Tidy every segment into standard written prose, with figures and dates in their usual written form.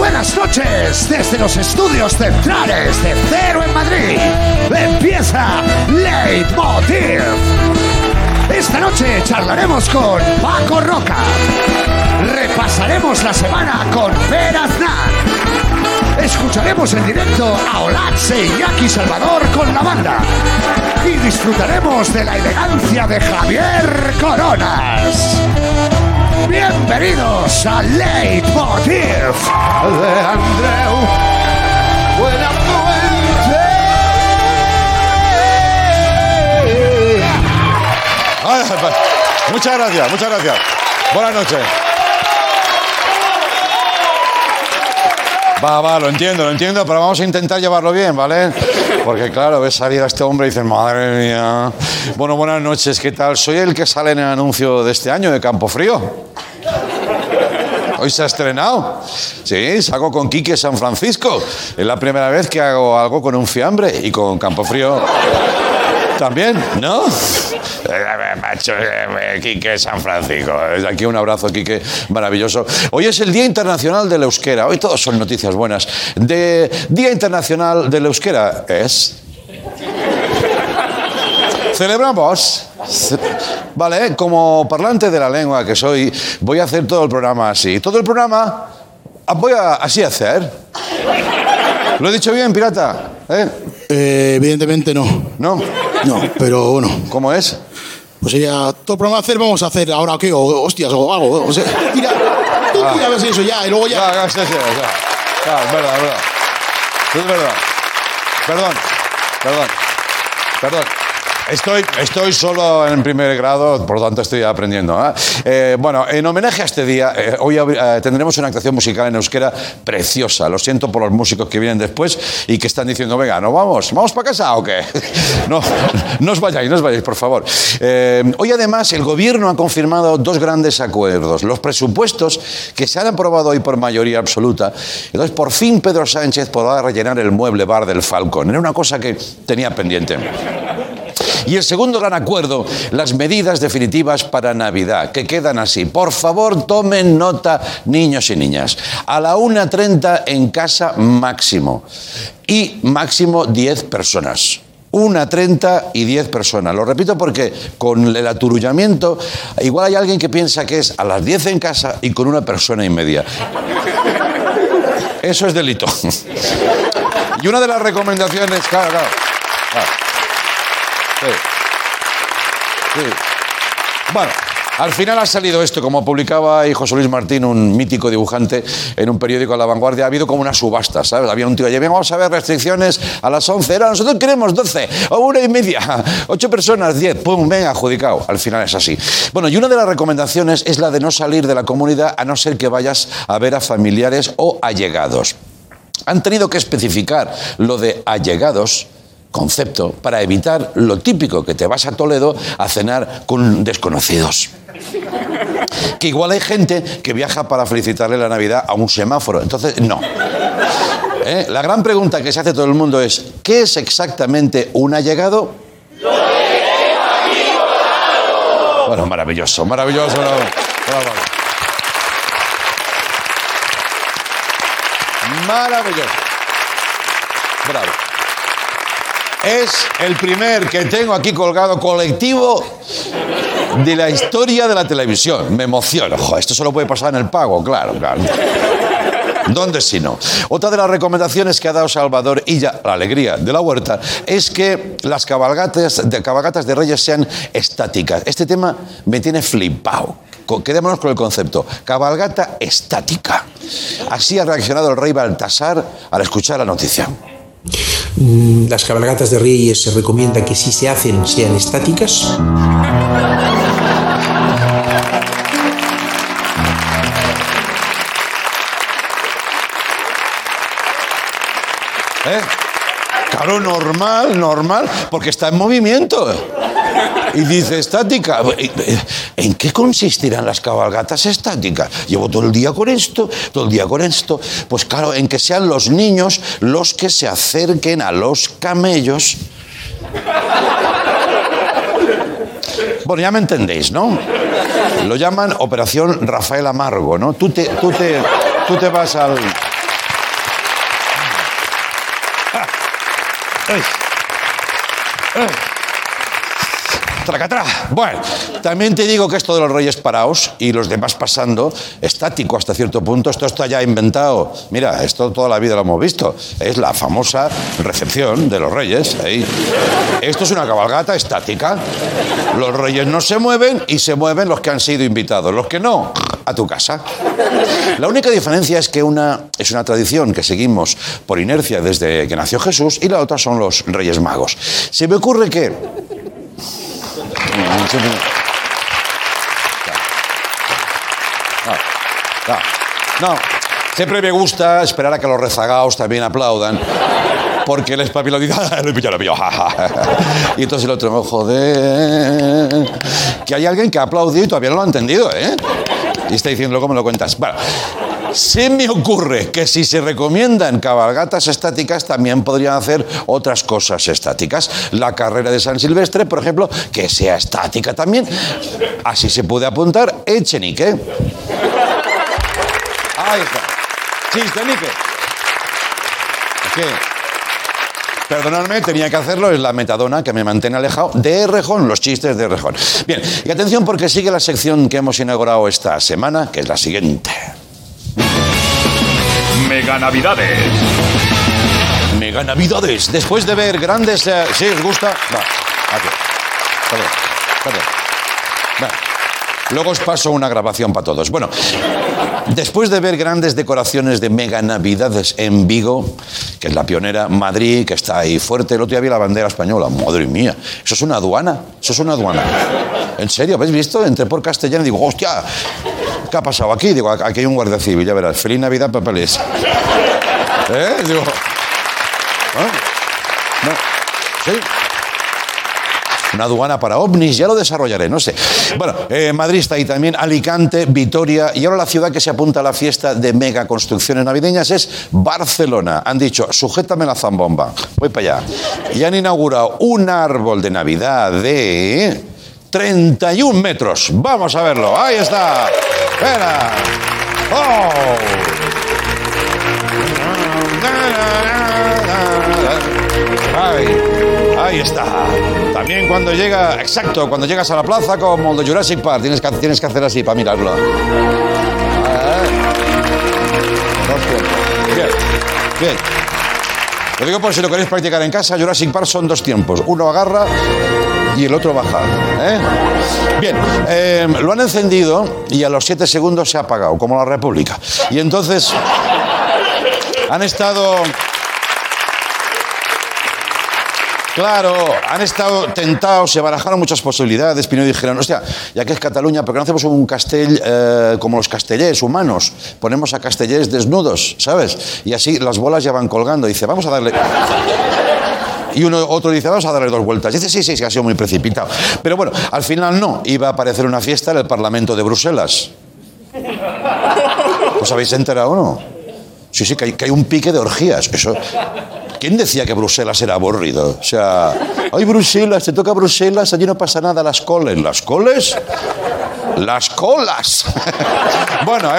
buenas noches desde los estudios centrales de Cero en Madrid. Empieza Leitmotiv. Esta noche charlaremos con Paco Roca. Repasaremos la semana con Per Aznar. Escucharemos en directo a Olatze y Iñaki Salvador con la banda. Y disfrutaremos de la elegancia de Javier Coronas. Bienvenidos a Leitmotiv de Andreu Buenafuente. Muchas gracias, muchas gracias. Buenas noches. Va, lo entiendo, pero vamos a intentar llevarlo bien, ¿vale? Porque claro, ves salir a este hombre y dices, madre mía. Bueno, buenas noches, ¿qué tal? Soy el que sale en el anuncio de este año de Campofrío. Hoy se ha estrenado. Sí, salgo con Quique San Francisco. Es la primera vez que hago algo con un fiambre y con Campofrío también, ¿no? Macho, Quique San Francisco. Desde aquí un abrazo, Quique, maravilloso. Hoy es el Día Internacional del Euskera. Hoy todos son noticias buenas. Día Internacional del Euskera es... Celebramos... Vale, como parlante de la lengua que soy, voy a hacer todo el programa así. Todo el programa voy a así hacer. ¿Lo he dicho bien, pirata? Evidentemente no. ¿No? No, pero bueno. ¿Cómo es? Pues sería todo el programa vamos a hacer ahora qué, o hostias, o algo. O sea, tira a ver si eso ya, y luego ya. Sí, es verdad. Es verdad. Perdón. Estoy solo en primer grado, por lo tanto estoy aprendiendo. Bueno, en homenaje a este día, hoy tendremos una actuación musical en euskera preciosa. Lo siento por los músicos que vienen después y que están diciendo, venga, ¿no vamos? ¿Vamos para casa o qué? No os vayáis, por favor. Hoy además el gobierno ha confirmado dos grandes acuerdos. Los presupuestos que se han aprobado hoy por mayoría absoluta. Entonces, por fin Pedro Sánchez podrá rellenar el mueble bar del Falcon. Era una cosa que tenía pendiente. Y el segundo gran acuerdo, las medidas definitivas para Navidad, que quedan así. Por favor, tomen nota, niños y niñas. A la 1:30 en casa máximo. Y máximo 10 personas. 1:30 y 10 personas. Lo repito porque con el aturullamiento, igual hay alguien que piensa que es a las 10 en casa y con 1 persona y media. Eso es delito. Y una de las recomendaciones... Claro. Sí. Bueno, al final ha salido esto, como publicaba ahí José Luis Martín, un mítico dibujante, en un periódico La Vanguardia. Ha habido como una subasta, ¿sabes? Había un tío que decía, vamos a ver restricciones a las 11. Era, nosotros queremos 12 o 1:30. 8 personas, 10. Pum, venga, adjudicado. Al final es así. Bueno, y una de las recomendaciones es la de no salir de la comunidad a no ser que vayas a ver a familiares o allegados. Han tenido que especificar lo de allegados, concepto, para evitar lo típico, que te vas a Toledo a cenar con desconocidos. Que igual hay gente que viaja para felicitarle la Navidad a un semáforo. Entonces, no. La gran pregunta que se hace todo el mundo es, ¿qué es exactamente un allegado? ¡Lo tenemos aquí colgado! Bueno, maravilloso. Bravo. Maravilloso. Bravo. Es el primer que tengo aquí colgado colectivo de la historia de la televisión. Me emociono. Joder, esto solo puede pasar en el Pago, claro. ¿Dónde si no? Otra de las recomendaciones que ha dado Salvador Illa, la alegría de la huerta, es que las cabalgatas de Reyes sean estáticas. Este tema me tiene flipado. Quedémonos con el concepto. Cabalgata estática. Así ha reaccionado el rey Baltasar al escuchar la noticia. Las cabalgatas de Reyes se recomienda que si se hacen sean estáticas. Claro, normal, porque está en movimiento. Y dice estática. ¿En qué consistirán las cabalgatas estáticas? Llevo todo el día con esto. Pues claro, en que sean los niños los que se acerquen a los camellos. Bueno, ya me entendéis, ¿no? Lo llaman Operación Rafael Amargo, ¿no? Tú te vas al... Tracatrá. Bueno, también te digo que esto de los reyes paraos y los demás pasando, estático hasta cierto punto, esto está ya inventado. Mira, esto toda la vida lo hemos visto. Es la famosa recepción de los reyes. Ahí. Esto es una cabalgata estática. Los reyes no se mueven y se mueven los que han sido invitados. Los que no, a tu casa. La única diferencia es que una es una tradición que seguimos por inercia desde que nació Jesús y la otra son los reyes magos. Se me ocurre que... No, siempre me gusta esperar a que los rezagados también aplaudan, porque el espabilado dice, lo pillo, y entonces el otro, joder, que hay alguien que ha aplaudido y todavía no lo ha entendido, ¿eh? Y está diciendo, ¿cómo me lo cuentas? Bueno, se me ocurre que si se recomiendan cabalgatas estáticas, también podrían hacer otras cosas estáticas. La carrera de San Silvestre, por ejemplo, que sea estática también. Así se puede apuntar Echenique. Ahí está. Chistenique. ¿Qué? Perdonadme, tenía que hacerlo, es la metadona que me mantiene alejado de Errejón, los chistes de Errejón. Bien, y atención porque sigue la sección que hemos inaugurado esta semana, que es la siguiente. Mega Navidades. Mega Navidades. Después de ver grandes... ¿Sí os gusta? Va, aquí. Está bien. Va. Luego os paso una grabación para todos. Bueno, después de ver grandes decoraciones de Mega Navidades en Vigo, que es la pionera, Madrid, que está ahí fuerte, el otro día vi la bandera española. Madre mía, eso es una aduana. ¿En serio? ¿Habéis visto? Entré por Castellana y digo, hostia, ¿qué ha pasado aquí? Digo, aquí hay un guardia civil, ya verás. Feliz Navidad, papeles. Digo, ¿no? ¿Sí? Una aduana para ovnis, ya lo desarrollaré, no sé. Bueno, Madrid está ahí también, Alicante, Vitoria, y ahora la ciudad que se apunta a la fiesta de mega construcciones navideñas es Barcelona. Han dicho, sujétame la zambomba, voy para allá. Y han inaugurado un árbol de Navidad de 31 metros. Vamos a verlo, ahí está. Espera. ¡Oh! Ahí está. También cuando llegas a la plaza como el de Jurassic Park, tienes que hacer así para mirarlo. Bien. Lo digo por si lo queréis practicar en casa, Jurassic Park son 2 tiempos. Uno agarra y el otro baja. Bien, lo han encendido y a los 7 segundos se ha apagado, como la República. Y entonces han estado... Claro, han estado tentados, se barajaron muchas posibilidades, pero dijeron, hostia, ya que es Cataluña, ¿por qué no hacemos un castell como los castellers humanos? Ponemos a castellers desnudos, ¿sabes? Y así las bolas ya van colgando. Dice, vamos a darle... Y otro dice, vamos a darle 2 vueltas. Dice, sí, que ha sido muy precipitado. Pero bueno, al final no. Iba a aparecer una fiesta en el Parlamento de Bruselas. ¿Os habéis enterado o no? Sí, que hay un pique de orgías. Eso... ¿Quién decía que Bruselas era aburrido? O sea, ay, Bruselas, te toca Bruselas, allí no pasa nada, las coles. ¿Las coles? ¡Las colas! Bueno,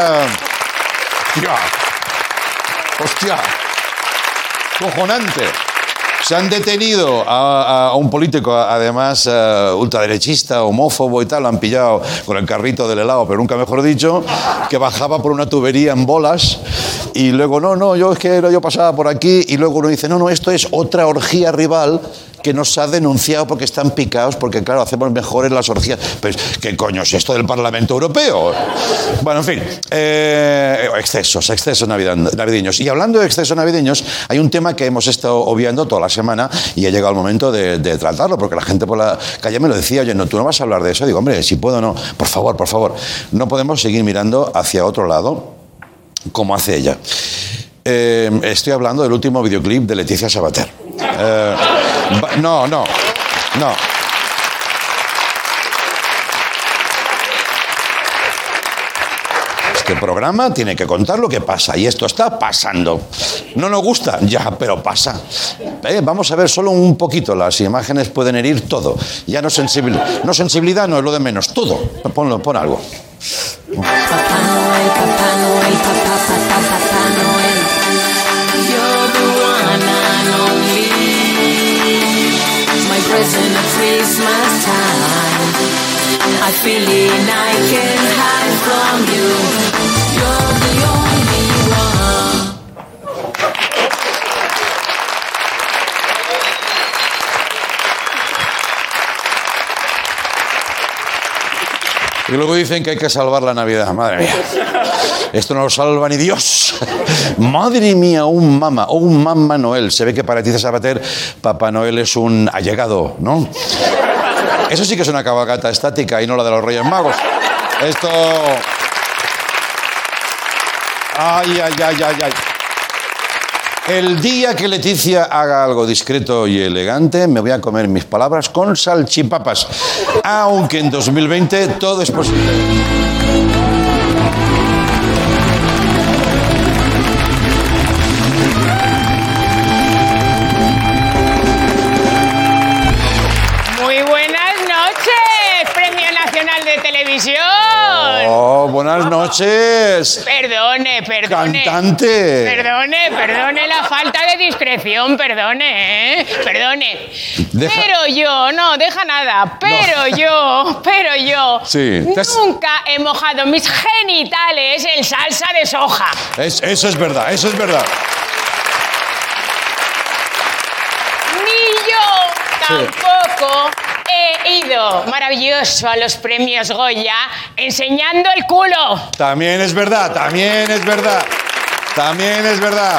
hostia, cojonante. Se han detenido a un político, además ultraderechista, homófobo y tal, lo han pillado con el carrito del helado, pero nunca mejor dicho, que bajaba por una tubería en bolas y luego, yo pasaba por aquí y luego uno dice, no, esto es otra orgía rival que nos ha denunciado porque están picados, porque claro, hacemos mejores las orgías. Pues, ¿qué coño es esto del Parlamento Europeo? Bueno, en fin, excesos navideños. Y hablando de excesos navideños, hay un tema que hemos estado obviando toda la semana y ha llegado el momento de tratarlo, porque la gente por la calle me lo decía, oye, no, tú no vas a hablar de eso. Digo, hombre, si puedo, no. Por favor, no podemos seguir mirando hacia otro lado como hace ella. Estoy hablando del último videoclip de Leticia Sabater. No. Este programa tiene que contar lo que pasa y esto está pasando. No nos gusta, ya, pero pasa. Vamos a ver solo un poquito. Las imágenes pueden herir todo. Ya no sensibilidad no es lo de menos. Todo. Pon algo. Papá Noel, Papá Noel. You're the one and only. feeling I can't hide from you. You're the only one. Y luego dicen que hay que salvar la Navidad. Madre mía. Esto no lo salva ni Dios. Madre mía, un Mamá Noel. Se ve que para Leticia Sabater Papá Noel es un allegado, ¿no? Eso sí que es una cabalgata estática y no la de los Reyes Magos. Esto... Ay, ay, ay, ay, ay. El día que Leticia haga algo discreto y elegante, me voy a comer mis palabras con salchipapas. Aunque en 2020 todo es posible. Muy buenas noches, Premio Nacional de Televisión. Oh, buenas noches. Perdone. Cantante. Perdone la falta de discreción, perdone. Deja- Pero yo, no, deja nada, pero yo Sí, nunca he mojado mis genitales en salsa de soja. Eso es verdad, eso es verdad. Ni yo tampoco he ido, maravilloso, a los premios Goya enseñando el culo. También es verdad, también es verdad. También es verdad.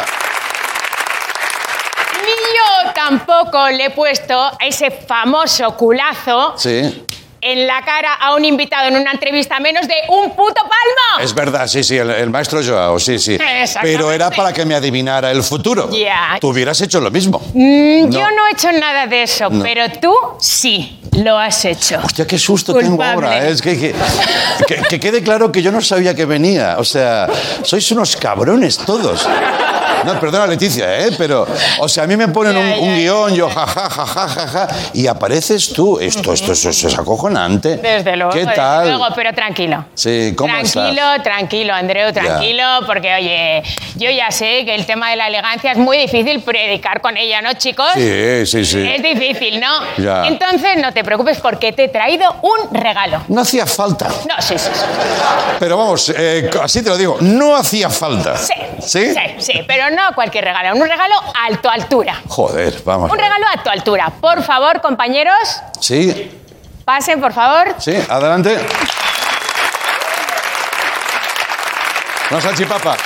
Ni yo tampoco le he puesto ese famoso culazo Sí. en la cara a un invitado en una entrevista menos de un puto palmo. Es verdad, sí, el maestro Joao, sí. Exactamente. Pero era para que me adivinara el futuro. Ya. Tú hubieras hecho lo mismo. Yo no he hecho nada de eso, pero tú sí lo has hecho. Hostia, qué susto Culpable. tengo ahora. Es que quede claro que yo no sabía que venía. O sea, sois unos cabrones todos. No, perdona, Leticia, pero... O sea, a mí me ponen un guión, yo ja, y apareces tú. Esto es acojonante. Desde luego, ¿Qué desde tal? luego, pero tranquilo. Sí, ¿cómo estás? Tranquilo, Andreu, tranquilo, porque, oye, yo ya sé que el tema de la elegancia es muy difícil predicar con ella, ¿no, chicos? Sí. Es difícil, ¿no? Ya. Entonces, no te preocupes porque te he traído un regalo. No hacía falta. No, sí. Pero vamos, así te lo digo, no hacía falta. Sí, pero no cualquier regalo, un regalo a tu altura. Joder, vamos. Un regalo a tu altura. Por favor, compañeros, Sí, pasen, por favor. sí, adelante. Una salchipapa.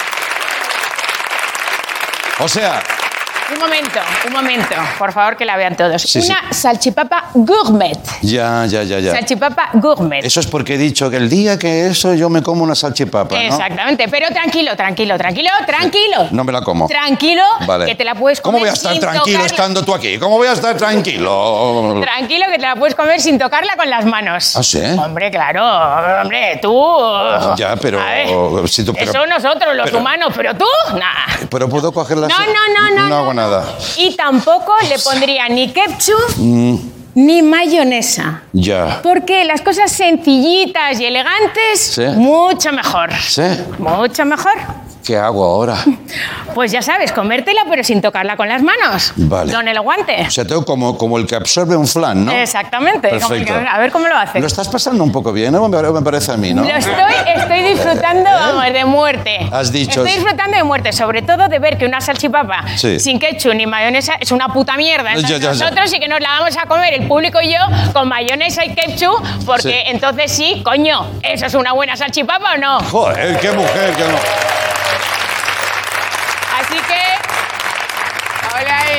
O sea, Un momento, por favor, que la vean todos. Sí. Una salchipapa gourmet. ya. Salchipapa gourmet. Eso es porque he dicho que el día que eso yo me como una salchipapa, ¿no? Exactamente, pero tranquilo. No me la como. Tranquilo, Vale. que te la puedes comer. ¿Cómo voy a estar sin tranquilo tocarla. estando tú aquí? ¿Cómo voy a estar tranquilo? Tranquilo, que te la puedes comer sin tocarla con las manos. ¿Ah, sí? Hombre, claro. Hombre, tú. Ya, pero... A ver, si tú- pero- eso nosotros, los pero- humanos, pero tú, nada. ¿Pero puedo cogerla así? No. No hago nada. Y tampoco le pondría ni ketchup ni mayonesa. Ya. Porque las cosas sencillitas y elegantes, Sí. mucho mejor. ¿Sí? Mucho mejor. ¿Qué hago ahora? Pues ya sabes, comértela pero sin tocarla con las manos. Vale. Con el guante. O sea, tengo como el que absorbe un flan, ¿no? Exactamente. como el Perfecto. que- a ver cómo lo haces. Lo estás pasando un poco bien, ¿no? Me parece a mí, ¿no? Lo estoy disfrutando, vamos, de muerte. Has dicho- Estoy disfrutando de muerte, sobre todo de ver que una salchipapa Sí. sin ketchup ni mayonesa es una puta mierda. Entonces Ya. nosotros sí que nos la vamos a comer, el público y yo, con mayonesa y ketchup, porque Sí. entonces sí, coño, ¿eso es una buena salchipapa o no? Joder, qué mujer, que no. Así que... Hola ahí.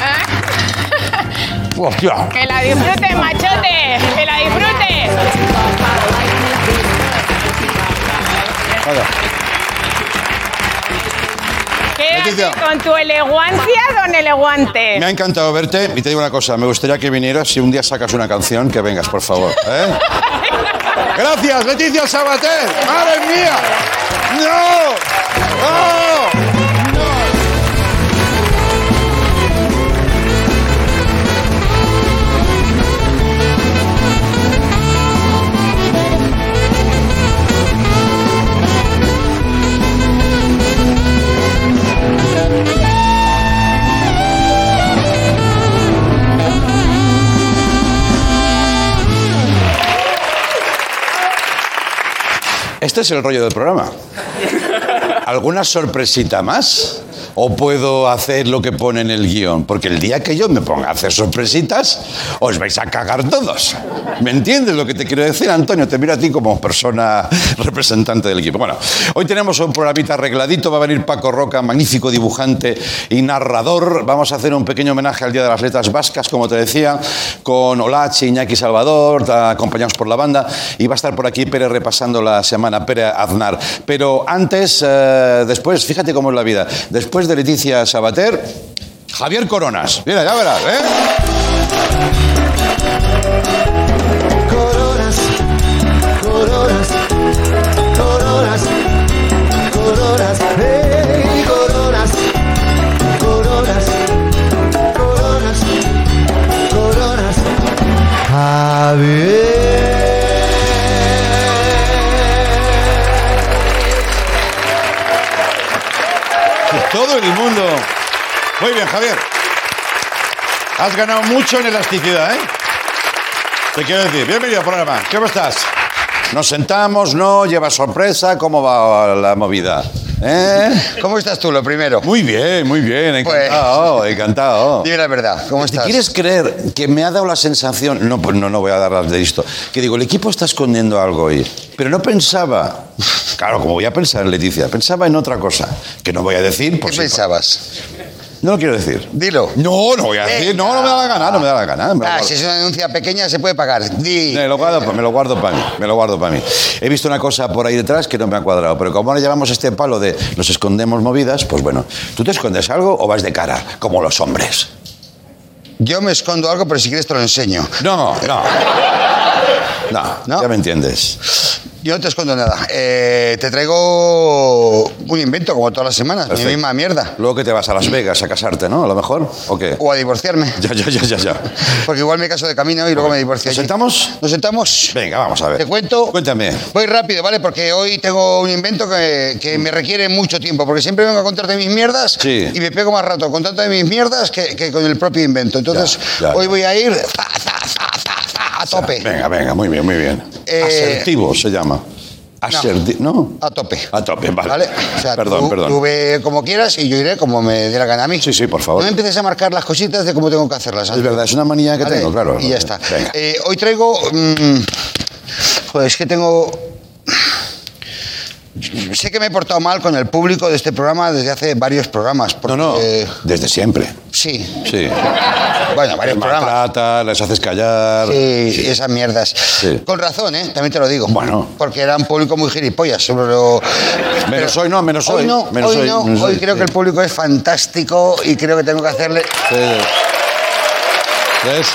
¿eh? Hostia. Que la disfrute, machote, que la disfrute. Vaya. Quédate Leticia. con tu elegancia, don Eleguante. Me ha encantado verte y te digo una cosa, me gustaría que vinieras, si un día sacas una canción, que vengas, por favor. Gracias, Leticia Sabater. ¡Madre mía! ¡No! ¡No! Este es el rollo del programa. ¿Alguna sorpresita más? ¿O puedo hacer lo que pone en el guión? Porque el día que yo me ponga a hacer sorpresitas, os vais a cagar todos. ¿Me entiendes lo que te quiero decir, Antonio? Te miro a ti como persona representante del equipo. Bueno, hoy tenemos un programita arregladito. Va a venir Paco Roca, magnífico dibujante y narrador. Vamos a hacer un pequeño homenaje al Día de las Letras Vascas, como te decía, con Olatz y Iñaki Salvador, acompañados por la banda. Y va a estar por aquí Pere repasando la semana, Pere Aznar. Pero antes, después, fíjate cómo es la vida. Después de Leticia Sabater, Javier Coronas. Mira, ya verás, ¿eh? Coronas, coronas, coronas, coronas, hey, coronas, coronas, coronas, coronas. Javier. Todo el mundo. Muy bien, Javier. Has ganado mucho en elasticidad, ¿eh? Te quiero decir, bienvenido al programa. ¿Cómo estás? Nos sentamos, ¿no? ¿Llevas sorpresa? ¿Cómo va la movida? ¿Eh? ¿Cómo estás tú, lo primero? Muy bien, encantado, encantado. Dime la verdad, ¿cómo estás? ¿Te quieres creer que me ha dado la sensación, no, pues no voy a dar las de esto, que digo, el equipo está escondiendo algo hoy, pero no pensaba, claro, como voy a pensar en Leticia, pensaba en otra cosa, que no voy a decir. ¿Qué pensabas? No lo quiero decir. Dilo. No voy a decir. No me da la gana, no me da la gana. Si es una denuncia pequeña se puede pagar. Me lo guardo para mí. He visto una cosa por ahí detrás que no me ha cuadrado, pero como ahora llevamos este palo de nos escondemos movidas, pues bueno, ¿tú te escondes algo o vas de cara, como los hombres? Yo me escondo algo, pero si quieres te lo enseño. No, ya me entiendes. Yo no te escondo nada. Te traigo un invento, como todas las semanas. Perfecto. Mi misma mierda. Luego que te vas a Las Vegas a casarte, ¿no? A lo mejor, ¿o qué? O a divorciarme. Ya. Porque igual me caso de camino y luego me divorcio. ¿Nos sentamos? ¿Nos sentamos? Venga, vamos a ver. Te cuento. Cuéntame. Voy rápido, ¿vale? Porque hoy tengo un invento que me requiere mucho tiempo. Porque siempre vengo a contarte mis mierdas y me pego más rato contando de mis mierdas que con el propio invento. Entonces, hoy voy a ir a tope. Venga, muy bien. Asertivo se llama. ¿No? A tope. A tope, vale. O sea, perdón. Tú ve como quieras y yo iré como me dé la gana a mí. Sí, por favor. No me empieces a marcar las cositas de cómo tengo que hacerlas. Es verdad, es una manía que tengo, claro. Y ya está. Venga. Hoy traigo... Joder, es que tengo... Sé que me he portado mal con el público de este programa desde hace varios programas. Porque, no, desde siempre. Sí. Bueno, varios programas. Maltrata, les haces callar. Sí, esas mierdas. Sí. Con razón, También te lo digo. Bueno. Porque era un público muy gilipollas. Menos hoy. Hoy creo que el público es fantástico y creo que tengo que hacerle... ¿Ves?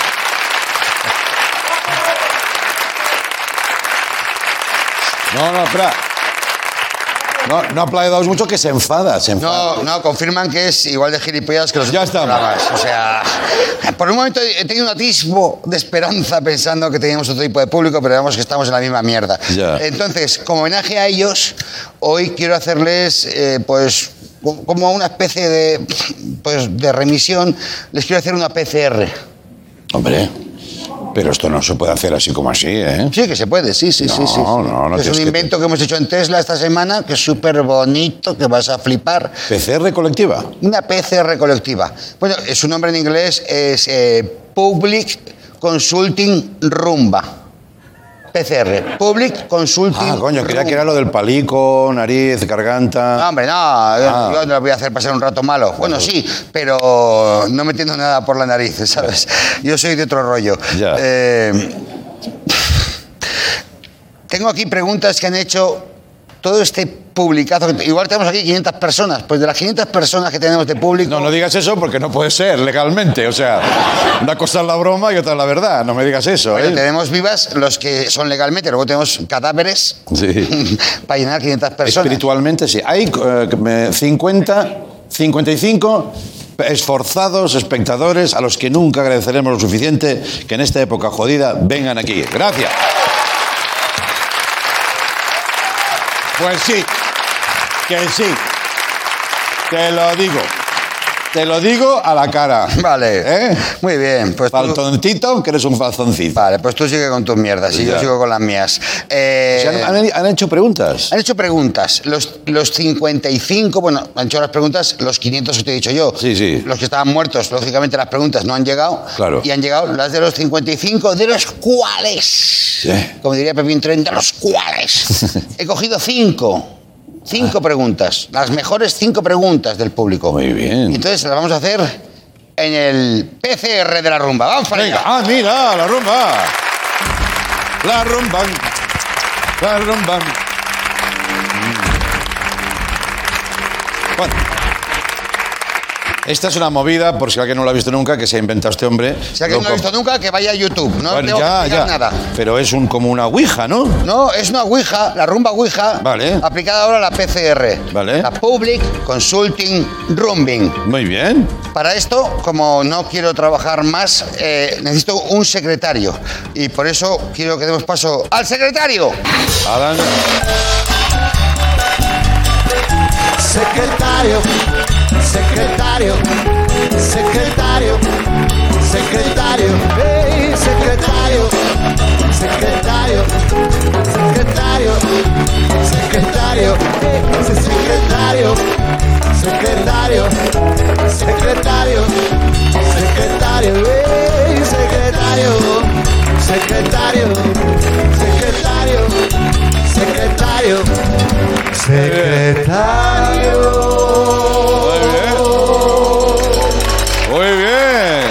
No, espera. No aplaudáis mucho que se enfada. No, confirman que es igual de gilipollas que los otros programas. O sea, por un momento he tenido un atisbo de esperanza pensando que teníamos otro tipo de público, pero vemos que estamos en la misma mierda. Ya. Entonces, como homenaje a ellos, hoy quiero hacerles, pues, como una especie de remisión, les quiero hacer una PCR. Hombre... Pero esto no se puede hacer así como así, ¿eh? Sí, que se puede, sí. No, es un invento que hemos hecho en Tesla esta semana, que es súper bonito, que vas a flipar. ¿PCR colectiva? Una PCR colectiva. Bueno, su nombre en inglés es Public Consulting Rumba. PCR, Public Consulting. Coño, creía que era lo del palico, nariz, garganta. No, hombre, no, yo no lo voy a hacer pasar un rato malo. Bueno, sí, pero no metiendo nada por la nariz, ¿sabes? Yo soy de otro rollo. Ya. Tengo aquí preguntas que han hecho todo este publicazo. Igual tenemos aquí 500 personas. Pues de las 500 personas que tenemos de público... No digas eso porque no puede ser legalmente. O sea, una cosa es la broma y otra es la verdad. No me digas eso, Bueno, tenemos vivas los que son legalmente. Luego tenemos cadáveres para llenar 500 personas. Espiritualmente, sí. Hay 55 esforzados espectadores a los que nunca agradeceremos lo suficiente que en esta época jodida vengan aquí. Gracias. Pues sí, que sí, te lo digo. Te lo digo a la cara. Vale. ¿Eh? Muy bien. Pues tú... Faltoncito, que eres un falzoncito. Vale, pues tú sigue con tus mierdas y yo sigo con las mías. ¿Han hecho preguntas? Han hecho preguntas. Los 55, bueno, han hecho las preguntas, los 500 que te he dicho yo. Sí, sí. Los que estaban muertos, lógicamente las preguntas no han llegado. Claro. Y han llegado las de los 55, de los cuales, como diría Pepín Tren, de los cuales he cogido 5 preguntas. Las mejores 5 preguntas del público. Muy bien. Entonces las vamos a hacer en el PCR de la rumba. Vamos para allá. Ah, mira, la rumba. La rumba. La rumba. Bueno. Esta es una movida, por si alguien no lo ha visto nunca, que se ha inventado este hombre. Si alguien no lo ha visto nunca, que vaya a YouTube. No bueno, tengo que explicar nada. Pero es como una ouija, ¿no? No, es una ouija, la rumba ouija, vale, aplicada ahora a la PCR. Vale. La Public Consulting Rumbing. Muy bien. Para esto, como no quiero trabajar más, necesito un secretario. Y por eso quiero que demos paso al secretario. Adán. Secretario, secretario, secretario, secretario, hey, secretario, secretario, secretario, secretario, hey, secretario, secretario, secretario, secretario, hey, secretario, secretario, secretario, secretario, secretario. Muy bien.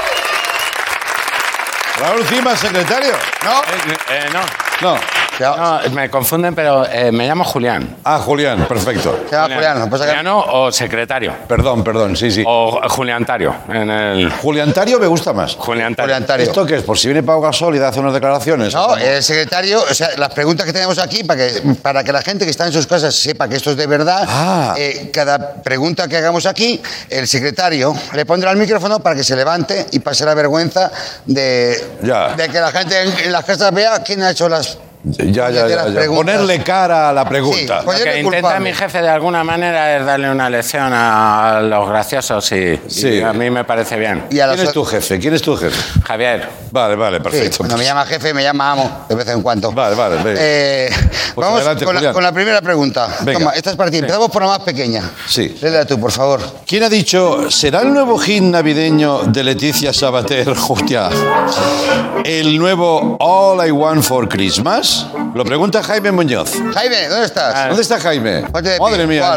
Raúl Cima, secretario. ¿No? No. No, me confunden, pero me llamo Julián. Ah, Julián, perfecto. Se llama Julián. ¿No pasa que... ¿Juliano o secretario? Perdón, sí. O Juliantario. Juliantario me gusta más. Juliantario. ¿Esto qué es? ¿Por si viene Pau Gasol y da hace unas declaraciones? No, el secretario, o sea, las preguntas que tenemos aquí, para que la gente que está en sus casas sepa que esto es de verdad, cada pregunta que hagamos aquí, el secretario le pondrá el micrófono para que se levante y pase la vergüenza de que la gente en las casas vea quién ha hecho las... Ya. Ponerle cara a la pregunta. Sí, lo que intenta mi jefe de alguna manera es darle una lección a los graciosos y a mí me parece bien. ¿Quién es tu jefe? Javier. Vale, perfecto. Sí, cuando me llama jefe, me llama amo de vez en cuando. Vale. Pues vamos adelante, con la primera pregunta. Venga. Toma, esta es para ti. Empezamos por la más pequeña. Sí. Léela tú, por favor. ¿Quién ha dicho, será el nuevo hit navideño de Leticia Sabater, hostia, el nuevo All I Want for Christmas? Lo pregunta Jaime Muñoz. Jaime, ¿dónde estás? ¿Dónde está Jaime? Madre mía.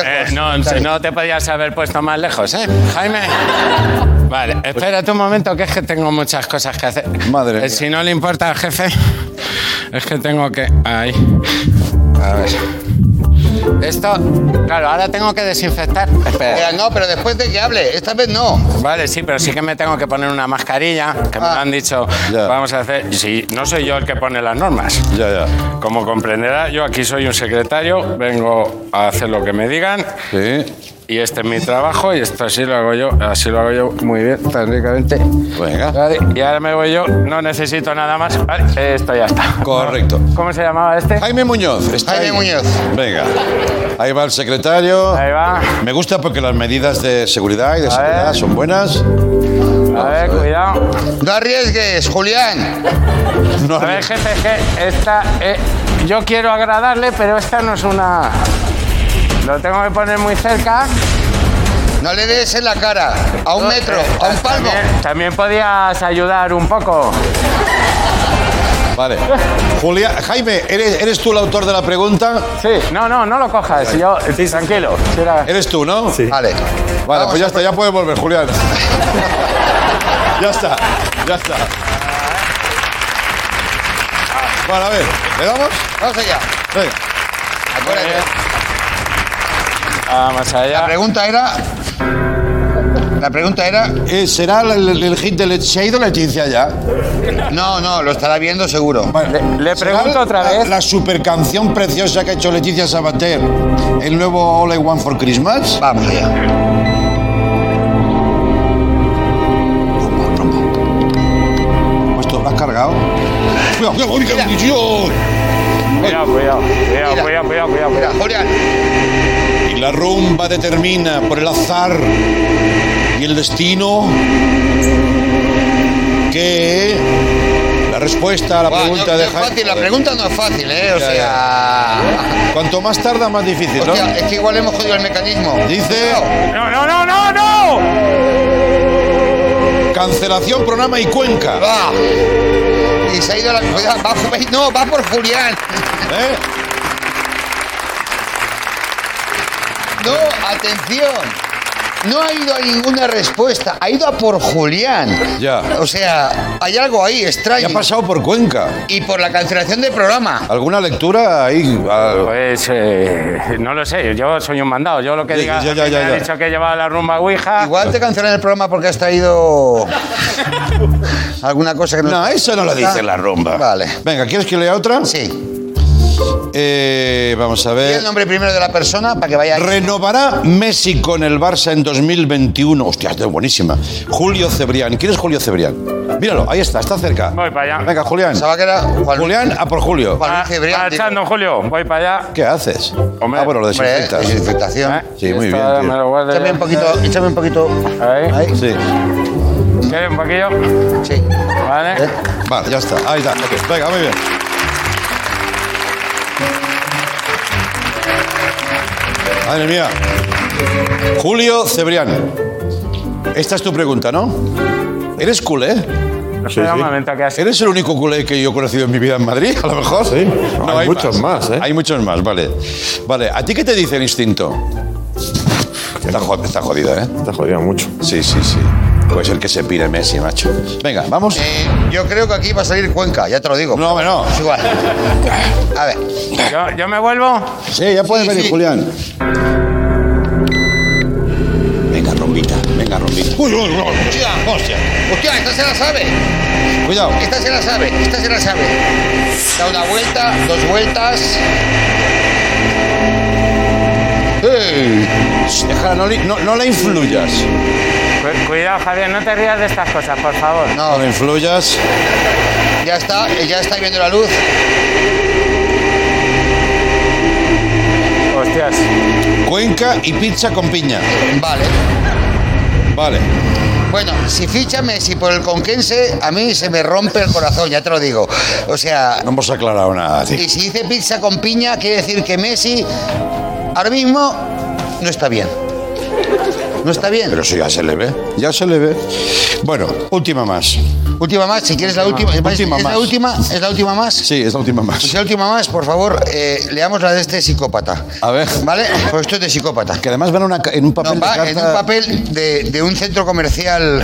No te podías haber puesto más lejos, ¿eh, Jaime? Vale, espérate un momento, que es que tengo muchas cosas que hacer. Madre mía. Si no le importa al jefe, es que tengo que... Ahí. A ver. Esto, claro, ahora tengo que desinfectar. Espera. No, pero después de que hable, esta vez no. Vale, sí, pero sí que me tengo que poner una mascarilla, que me lo han dicho, vamos a hacer... Sí, no soy yo el que pone las normas. Ya. Como comprenderá, yo aquí soy un secretario, vengo a hacer lo que me digan. Sí. Y este es mi trabajo y esto así lo hago yo muy bien, técnicamente. Venga. Vale, y ahora me voy yo, no necesito nada más. Vale, esto ya está. Correcto. ¿Cómo se llamaba este? Jaime Muñoz. Jaime Muñoz. Venga. Ahí va el secretario. Ahí va. Me gusta porque las medidas de seguridad y de seguridad son buenas. A ver, cuidado. No arriesgues, Julián. A ver, jefe, es que esta... yo quiero agradarle, pero esta no es una... Lo tengo que poner muy cerca. No le des en la cara, a un metro, a un palmo. También podías ayudar un poco. Vale. Julián, Jaime, ¿eres tú el autor de la pregunta? Sí. No lo cojas. Sí, tranquilo. ¿Eres tú, no? Sí. Vale, pues ya está, ya puedes volver, Julián. Ya está. Bueno, a ver, ¿le damos? Vamos allá. Venga. Acuérdate. Vamos allá. La pregunta era... ¿Será el hit de ¿Se ha ido Leticia ya? No, lo estará viendo seguro. Vale. Le pregunto otra vez. La super canción preciosa que ha hecho Leticia Sabater, el nuevo All I Want for Christmas. Vamos allá. ¿Esto lo has cargado? Cuidado. Cuidado. Mira, Julián. La rumba determina por el azar y el destino que la respuesta a la pregunta de Jaime... La pregunta no es fácil, ¿eh? O sea... Cuanto más tarda, más difícil, ¿no? Hostia, es que igual hemos jodido el mecanismo. Dice... ¡No! Cancelación, programa y Cuenca. Y se ha ido la... Cuidado, va por Julián. No, atención. No ha ido a ninguna respuesta, ha ido a por Julián. Ya. O sea, hay algo ahí extraño. Y ha pasado por Cuenca. Y por la cancelación del programa. ¿Alguna lectura ahí? Pues no lo sé, yo soy un mandado. Yo lo que diga, ya. me ha dicho que llevaba la rumba Ouija. Igual te cancelan el programa porque has traído alguna cosa que no... No, eso no lo dice la rumba. Vale. Venga, ¿quieres que lea otra? Sí. Vamos a ¿Y ver. el nombre primero de la persona para que vaya ahí? ¿Renovará Messi con el Barça en 2021? Hostia, esta es buenísima. Julio Cebrián. ¿Quién es Julio Cebrián? Míralo, ahí está cerca. Voy para allá. Venga, Julián. Pensaba que era Julián, a por Julio. Juan Cebrián. Echando, Julio. Voy para allá. ¿Qué haces? Hombre. Bueno, lo desinfectas. Desinfectación. Sí, muy bien, Esta tío. me lo guardo Échame ya. échame un poquito. Ahí. Sí. ¿Quieres un poquillo? Sí. Vale. Vale, ya está. Ahí está. Venga, muy bien. Madre mía. Julio Cebrián. Esta es tu pregunta, ¿no? ¿Eres culé? Espera un momento, que así. ¿Eres el único culé que yo he conocido en mi vida en Madrid, a lo mejor? Sí. No, hay muchos más, ¿eh? Hay muchos más, vale. Vale, ¿a ti qué te dice el instinto? Está jodido, ¿eh? Está jodido mucho. Sí. Puede ser que se pire Messi, macho. Venga, vamos. Yo creo que aquí va a salir Cuenca, ya te lo digo. No, no. Es igual. A ver. ¿Yo me vuelvo? Sí, ya puedes venir, Julián. Venga, rombita. Uy, Hostia, esta se la sabe. Cuidado. Esta se la sabe. Da una vuelta, 2 vueltas. Déjala, no la influyas. Cuidado, Javier, no te rías de estas cosas, por favor. No la influyas. Ya está viendo la luz. Hostias. Cuenca y pizza con piña. Vale. Bueno, si ficha Messi por el conquense, a mí se me rompe el corazón, ya te lo digo. O sea... No hemos aclarado nada, tío. Y si dice pizza con piña, quiere decir que Messi ahora mismo no está bien. No está bien. Pero eso ya se le ve. Bueno, última más. Última más, si quieres la última. ¿Es la última más? Sí, es la última más. Pues la última más, por favor, leamos la de este psicópata. A ver. ¿Vale? Pues esto es de psicópata. Que además van en un papel No, va de carta... en un papel de un centro comercial...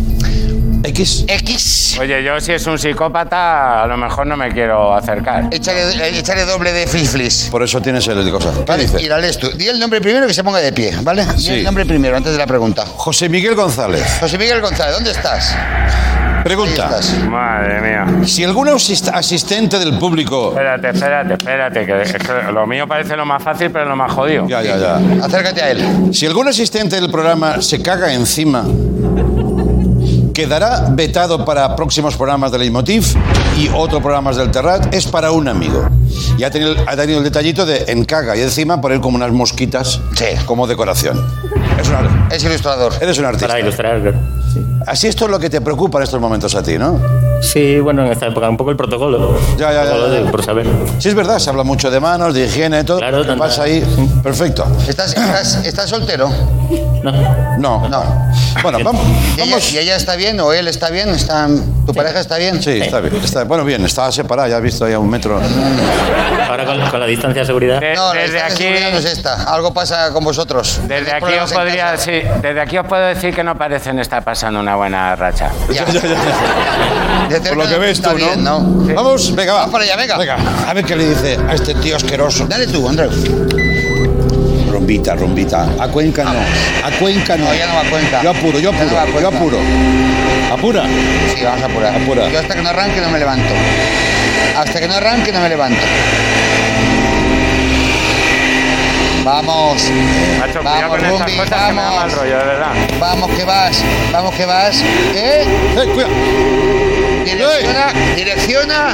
X. Oye, yo si es un psicópata, a lo mejor no me quiero acercar. Échale doble de flis. Por eso tienes el de cosas. ¿Qué dice? Y la lees tú. Di el nombre primero que se ponga de pie, ¿vale? Di el nombre primero, antes de la pregunta. José Miguel González. José Miguel González, ¿dónde estás? Pregunta. Ahí estás. Madre mía. Si algún asistente del público... Espérate, que es que lo mío parece lo más fácil, pero lo más jodido. Ya. Acércate a él. Si algún asistente del programa se caga encima, quedará vetado para próximos programas de Leitmotiv y otros programas del Terrat. Es para un amigo. Y ha tenido el detallito de en caga y encima poner como unas mosquitas como decoración. Es ilustrador. Eres un artista. Para ilustrar, claro. Sí. Así esto es lo que te preocupa en estos momentos a ti, ¿no? Sí, bueno, en esta época un poco el protocolo. Ya. Por saber. Sí, es verdad, se habla mucho de manos, de higiene, todo. Claro, ¿Qué pasa ahí? Perfecto. ¿Estás soltero? No. Bueno, vamos. ¿Y ella está bien o él está bien? ¿Tu pareja está bien? Sí, está bien. Bueno, bien, estaba separada, ya has visto ahí a 1 metro. Ahora con la distancia de seguridad. No, desde aquí no es esta. Algo pasa con vosotros. Desde aquí os puedo decir que no parecen estar pasando una buena racha. Ya. Por lo que ves tú, bien, ¿no? Sí. Vamos, venga, va. Vamos para allá, venga. A ver qué le dice a este tío asqueroso. Dale tú, Andreu. Rombita. A Cuenca no. No, ya no va a Cuenca. Yo apuro. ¿Apura? Sí, vamos a apurar. Yo hasta que no arranque no me levanto. Vamos. Macho, Vamos, con estas Rumbi, cosas que me da mal rollo, de verdad. Vamos que vas. Cuidado. Direcciona.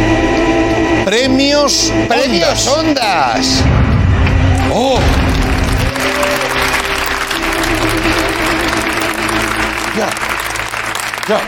Premios Ondas. Oh. Ya.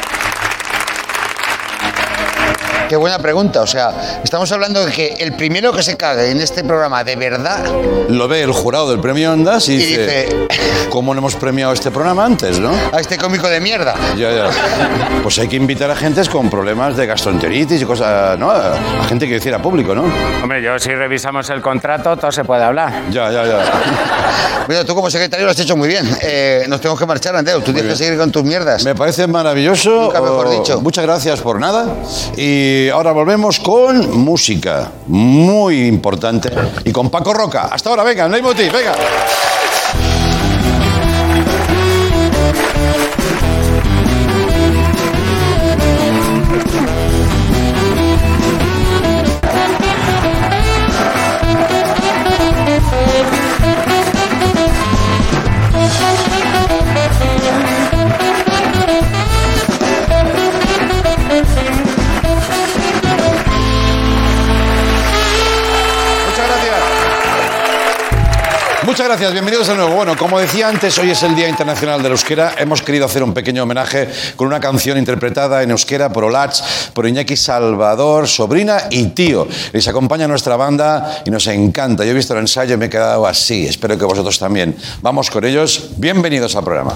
Qué buena pregunta. O sea, estamos hablando de que el primero que se cague en este programa de verdad... Lo ve el jurado del premio Ondas y dice... ¿Cómo no hemos premiado este programa antes, no? A este cómico de mierda. Ya. Pues hay que invitar a gentes con problemas de gastroenteritis y cosas, ¿no? A gente que hiciera público, ¿no? Hombre, yo si revisamos el contrato, todo se puede hablar. Ya. Mira, tú como secretario lo has hecho muy bien. Nos tenemos que marchar, Andreu. Tú tienes que seguir con tus mierdas. Me parece maravilloso. Nunca mejor dicho. Muchas gracias por nada. Y ahora volvemos con música muy importante y con Paco Roca. Hasta ahora, venga, Leitmotiv, venga. Muchas gracias, bienvenidos de nuevo. Bueno, como decía antes, hoy es el Día Internacional del Euskera. Hemos querido hacer un pequeño homenaje con una canción interpretada en euskera por Olatz, por Iñaki Salvador, sobrina y tío. Les acompaña nuestra banda y nos encanta. Yo he visto el ensayo y me he quedado así. Espero que vosotros también. Vamos con ellos. Bienvenidos al programa.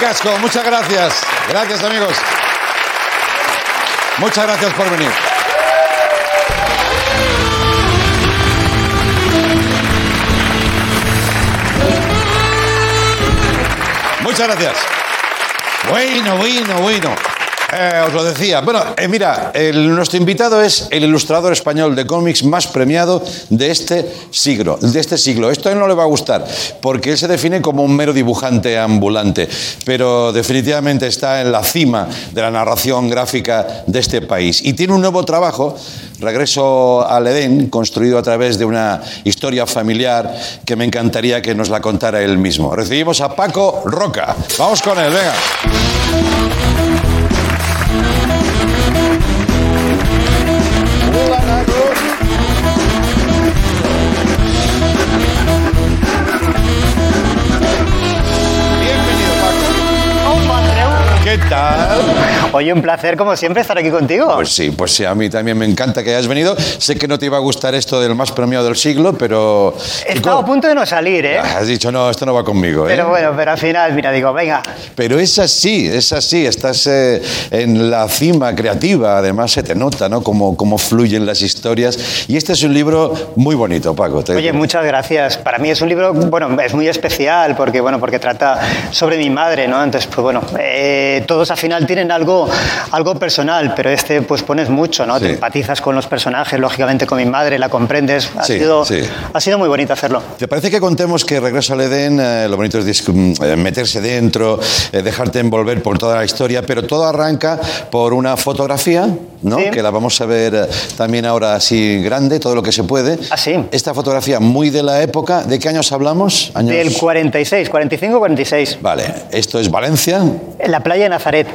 Casco, muchas gracias. Gracias, amigos. Muchas gracias por venir. Muchas gracias. Bueno. Os lo decía. Bueno, mira, nuestro invitado es el ilustrador español de cómics más premiado de este siglo. Esto a él no le va a gustar, porque él se define como un mero dibujante ambulante, pero definitivamente está en la cima de la narración gráfica de este país. Y tiene un nuevo trabajo, Regreso al Edén, construido a través de una historia familiar que me encantaría que nos la contara él mismo. Recibimos a Paco Roca. Vamos con él, venga. ¿Qué tal? Oye, un placer como siempre estar aquí contigo. Pues sí, a mí también me encanta que hayas venido. Sé que no te iba a gustar esto del más premiado del siglo, pero... He estado a punto de no salir, ¿eh? Has dicho, no, esto no va conmigo, ¿eh? Pero bueno, al final, mira, digo, venga. Pero es así, estás en la cima creativa, además se te nota, ¿no? Cómo fluyen las historias. Y este es un libro muy bonito, Paco. Oye, muchas gracias. Para mí es un libro, bueno, es muy especial porque trata sobre mi madre, ¿no? Entonces, pues bueno, todos al final tienen algo personal, pero pues pones mucho, ¿no? Sí. Te empatizas con los personajes, lógicamente con mi madre, la comprendes. Ha sido muy bonito hacerlo. ¿Te parece que contemos que Regreso al Edén, lo bonito es meterse dentro, dejarte envolver por toda la historia, pero todo arranca por una fotografía, ¿no? Sí. Que la vamos a ver también ahora así grande, todo lo que se puede. Ah, sí. Esta fotografía muy de la época, ¿de qué años hablamos? Del 46, 45-46. Vale, esto es Valencia. En la playa de Nazaret.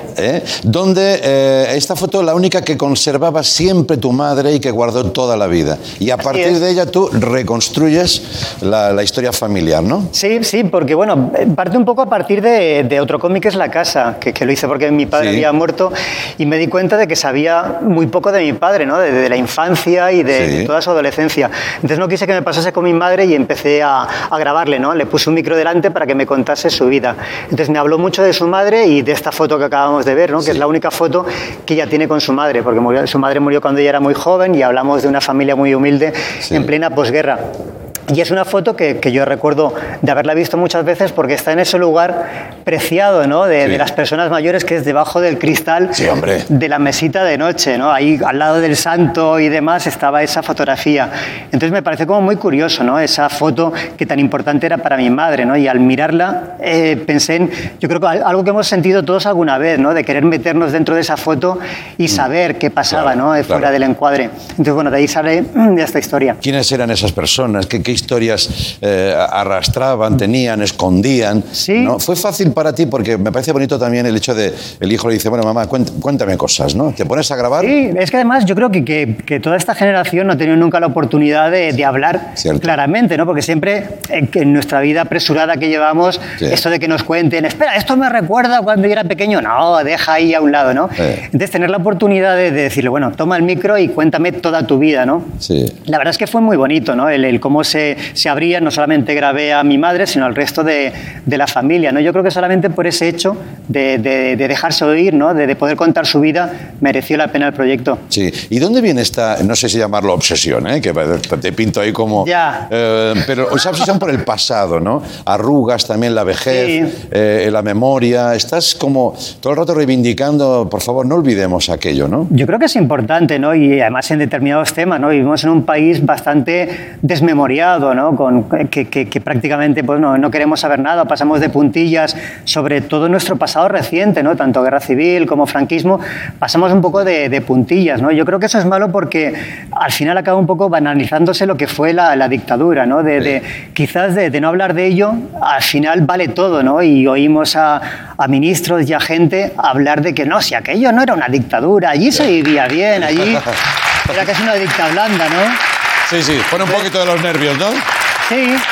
Donde esta foto la única que conservaba siempre tu madre y que guardó toda la vida. Y a partir de ella tú reconstruyes la historia familiar, ¿no? Sí, porque bueno, parte un poco a partir de otro cómic que es La Casa, que lo hice porque mi padre había muerto y me di cuenta de que sabía muy poco de mi padre, ¿no? De la infancia y de toda su adolescencia. Entonces no quise que me pasase con mi madre y empecé a grabarle, ¿no? Le puse un micro delante para que me contase su vida. Entonces me habló mucho de su madre y de esta foto que acabamos de ver, ¿no? Que es la única foto que ella tiene con su madre, porque su madre murió cuando ella era muy joven y hablamos de una familia muy humilde en plena posguerra. Y es una foto que yo recuerdo de haberla visto muchas veces porque está en ese lugar preciado, ¿no? De las personas mayores, que es debajo del cristal de la mesita de noche, ¿no? Ahí al lado del santo y demás estaba esa fotografía. Entonces me parece como muy curioso, ¿no? Esa foto que tan importante era para mi madre, ¿no? Y al mirarla pensé en, yo creo que algo que hemos sentido todos alguna vez, ¿no? De querer meternos dentro de esa foto y saber qué pasaba, ¿no? Fuera del encuadre. Entonces, bueno, de ahí sale esta historia. ¿Quiénes eran esas personas? ¿Qué historias arrastraban, tenían, escondían? ¿No? Fue fácil para ti porque me parece bonito también el hecho de el hijo le dice, bueno, mamá, cuéntame cosas, ¿no? ¿Te pones a grabar? Sí, es que además yo creo que toda esta generación no ha tenido nunca la oportunidad de hablar claramente, ¿no? Porque siempre en nuestra vida apresurada que llevamos, esto de que nos cuenten, espera, esto me recuerda cuando yo era pequeño, no, deja ahí a un lado, ¿no? Entonces tener la oportunidad de decirle, bueno, toma el micro y cuéntame toda tu vida, ¿no? La verdad es que fue muy bonito, ¿no? El cómo se abría, no solamente grabé a mi madre, sino al resto de la familia, ¿no? Yo creo que solamente por ese hecho de dejarse oír, ¿no? De poder contar su vida, mereció la pena el proyecto. Sí. ¿Y dónde viene esta, no sé si llamarlo obsesión, que te pinto ahí como... pero esa obsesión por el pasado, ¿no? Arrugas también, la vejez, la memoria. Estás como todo el rato reivindicando, por favor, no olvidemos aquello, ¿no? Yo creo que es importante, ¿no? Y además en determinados temas, ¿no? Vivimos en un país bastante desmemoriado, ¿no? Que prácticamente pues, no queremos saber nada, pasamos de puntillas sobre todo nuestro pasado reciente, ¿no? Tanto guerra civil como franquismo, pasamos un poco de puntillas, ¿no? Yo creo que eso es malo porque al final acaba un poco banalizándose lo que fue la dictadura, ¿no? Quizás de no hablar de ello, al final vale todo, ¿no? Y oímos a ministros y a gente hablar de que no, si aquello no era una dictadura, allí se vivía bien, allí era casi una dicta blanda, ¿no? Sí, pone un poquito de los nervios, ¿no? Sí.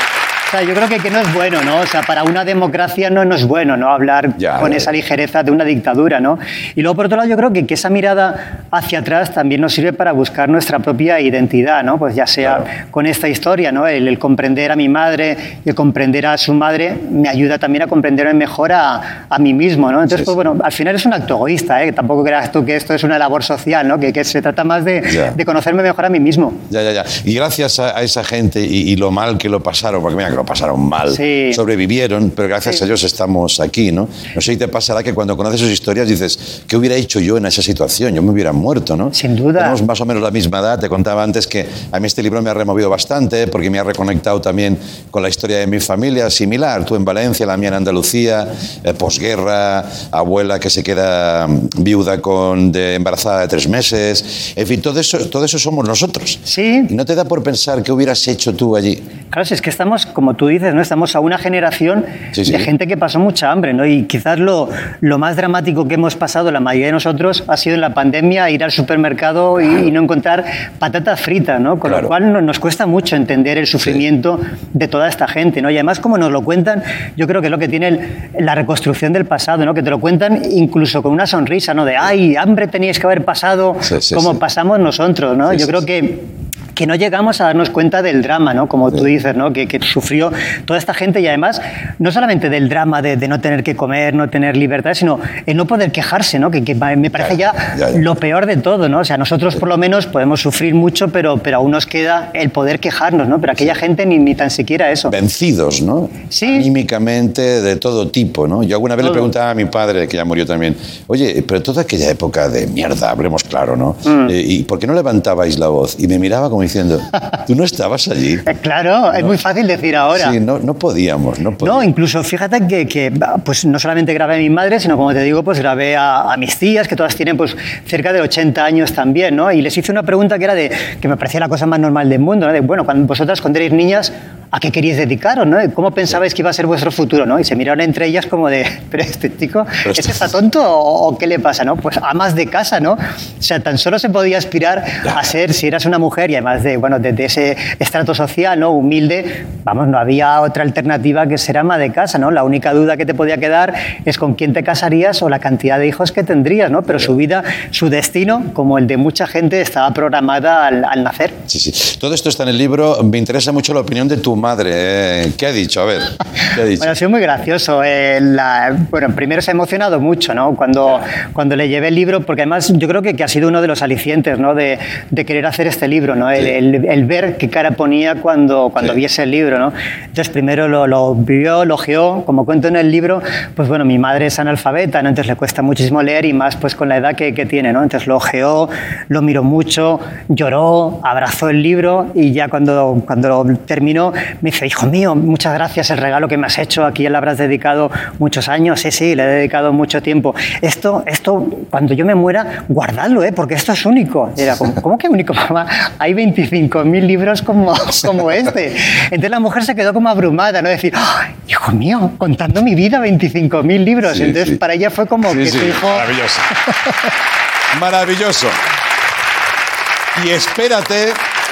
O sea, yo creo que no es bueno, ¿no? O sea, para una democracia no es bueno, ¿no? Hablar con esa ligereza de una dictadura, ¿no? Y luego, por otro lado, yo creo que esa mirada hacia atrás también nos sirve para buscar nuestra propia identidad, ¿no? Pues ya sea con esta historia, ¿no? El comprender a mi madre, el comprender a su madre, me ayuda también a comprenderme mejor a mí mismo, ¿no? Entonces, pues bueno, al final es un acto egoísta, ¿eh? Tampoco creas tú que esto es una labor social, ¿no? Que se trata más de conocerme mejor a mí mismo. Ya. Y gracias a esa gente y lo mal que lo pasaron, porque mira que lo pasaron mal, sobrevivieron, pero gracias a ellos estamos aquí, ¿no? No sé si te pasará que cuando conoces sus historias dices, ¿qué hubiera hecho yo en esa situación? Yo me hubiera muerto, ¿no? Sin duda. Tenemos más o menos la misma edad. Te contaba antes que a mí este libro me ha removido bastante porque me ha reconectado también con la historia de mi familia, similar. Tú en Valencia, la mía en Andalucía, posguerra, abuela que se queda viuda embarazada de 3 meses. En fin, todo eso somos nosotros. Sí. ¿Y no te da por pensar qué hubieras hecho tú allí? Claro, es que estamos, como tú dices, ¿no? Estamos a una generación de gente que pasó mucha hambre, ¿no? Y quizás lo más dramático que hemos pasado la mayoría de nosotros ha sido en la pandemia ir al supermercado y no encontrar patatas fritas, ¿no? Con lo cual nos cuesta mucho entender el sufrimiento de toda esta gente, ¿no? Y además, como nos lo cuentan, yo creo que es lo que tiene la reconstrucción del pasado, ¿no? Que te lo cuentan incluso con una sonrisa, ¿no? De, ¡ay, hambre teníais que haber pasado como pasamos nosotros, ¿no? Yo creo que no llegamos a darnos cuenta del drama, ¿no? Como tú dices, ¿no? Que sufrió toda esta gente y además no solamente del drama de no tener que comer, no tener libertad, sino el no poder quejarse, ¿no? Que me parece ya lo peor de todo, ¿no? O sea, nosotros por lo menos podemos sufrir mucho, pero aún nos queda el poder quejarnos, ¿no? Pero aquella gente ni tan siquiera eso. Vencidos, ¿no? Sí. Anímicamente, de todo tipo, ¿no? Yo alguna vez le preguntaba a mi padre, que ya murió también, oye, pero toda aquella época de mierda, hablemos claro, ¿no? ¿Y por qué no levantabais la voz? Y me miraba como diciendo, ¿tú no estabas allí? Claro, es muy fácil decir ahora. Sí, no podíamos. No, incluso fíjate que pues no solamente grabé a mi madre, sino como te digo, pues grabé a mis tías, que todas tienen pues cerca de 80 años también, ¿no? Y les hice una pregunta que era que me parecía la cosa más normal del mundo, ¿no? De, bueno, vosotras cuando erais niñas, ¿a qué queríais dedicaros, no? ¿Cómo pensabais que iba a ser vuestro futuro, no? Y se miraron entre ellas como de, ¿pero este chico ¿es que está tonto o qué le pasa, no? Pues amas de casa, ¿no? O sea, tan solo se podía aspirar a ser, si eras una mujer y además de ese estrato social, ¿no? Humilde, vamos, no había otra alternativa que ser ama de casa, ¿no? La única duda que te podía quedar es con quién te casarías o la cantidad de hijos que tendrías, ¿no? Pero su vida, su destino, como el de mucha gente, estaba programada al nacer. Sí. Todo esto está en el libro. Me interesa mucho la opinión de tu madre. ¿Qué ha dicho? A ver, ¿qué ha dicho? Bueno, ha sido muy gracioso. Bueno, primero se ha emocionado mucho, ¿no? Cuando le llevé el libro, porque además yo creo que ha sido uno de los alicientes, ¿no? De querer hacer este libro, ¿no? El ver qué cara ponía cuando viese el libro, ¿no? Entonces primero lo vio, lo ojeó, como cuento en el libro, pues bueno, mi madre es analfabeta, ¿no? Entonces le cuesta muchísimo leer y más pues con la edad que tiene, ¿no? Entonces lo ojeó, lo miró mucho, lloró, abrazó el libro y ya cuando terminó me dice, hijo mío, muchas gracias, el regalo que me has hecho, aquí ya le habrás dedicado muchos años. Sí, le he dedicado mucho tiempo. Esto cuando yo me muera, guardadlo, porque esto es único. Y era, ¿cómo que único, mamá? Hay 25.000 libros como este. Entonces la mujer se quedó como abrumada, ¿no? Decir, ¡oh, hijo mío, contando mi vida, 25.000 libros. Entonces para ella fue como que su hijo... Maravilloso. Maravilloso. Y espérate,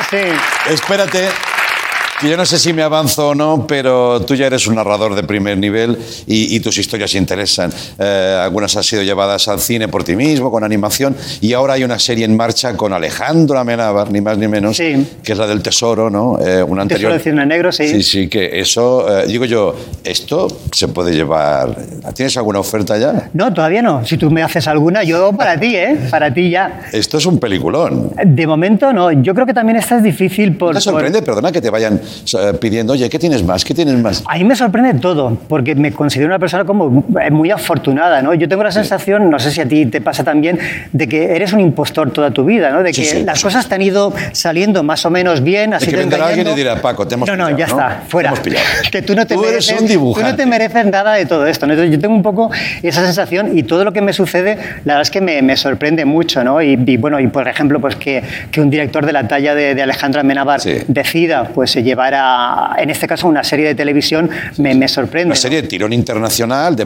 que yo no sé si me avanzo o no, pero tú ya eres un narrador de primer nivel y tus historias interesan. Algunas han sido llevadas al cine por ti mismo, con animación, y ahora hay una serie en marcha con Alejandro Amenábar, ni más ni menos, que es la del Tesoro, ¿no? Una anterior... Tesoro de Cisne Negro, sí. Sí, que eso, digo yo, esto se puede llevar... ¿Tienes alguna oferta ya? No, todavía no. Si tú me haces alguna, yo para ti, para ti ya. Esto es un peliculón. De momento no. Yo creo que también esta es difícil por... ¿Te sorprende, perdona, que te vayan pidiendo, oye, ¿qué tienes más? ¿Qué tienes más? A mí me sorprende todo, porque me considero una persona como muy afortunada, ¿no? Yo tengo la sensación, no sé si a ti te pasa también, de que eres un impostor toda tu vida, ¿no? De que las cosas te han ido saliendo más o menos bien, así que vendrá alguien y dirá, Paco, te hemos pillado, ya está, fuera. Te hemos pillado. Que tú no te eres un dibujante. Tú no te mereces nada de todo esto, ¿no? Entonces, yo tengo un poco esa sensación y todo lo que me sucede, la verdad es que me sorprende mucho, ¿no? Y bueno, y por ejemplo, pues que un director de la talla de Alejandro Amenábar decida, pues llevar a, en este caso, una serie de televisión me sorprende. Una serie de tirón internacional,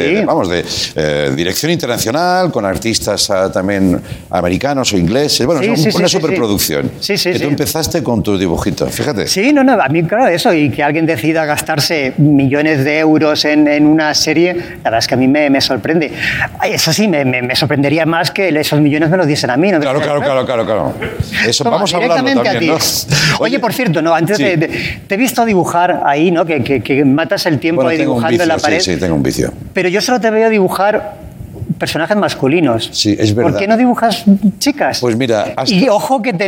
de dirección internacional, con artistas también americanos o ingleses. Bueno, una superproducción. Que tú empezaste con tus dibujitos, fíjate. Sí, no, a mí, claro, eso, y que alguien decida gastarse millones de euros en una serie, la verdad es que a mí me sorprende. Eso sí, me sorprendería más que esos millones me los diesen a mí. ¿No? Claro. Eso vamos a hablarlo también, ¿no? Oye, por cierto, no, antes te he visto dibujar ahí, ¿no? Que matas el tiempo ahí dibujando en la pared. Sí, tengo un vicio. Pero yo solo te veo dibujar personajes masculinos. Sí, es verdad. ¿Por qué no dibujas chicas? Pues mira... Y ojo que te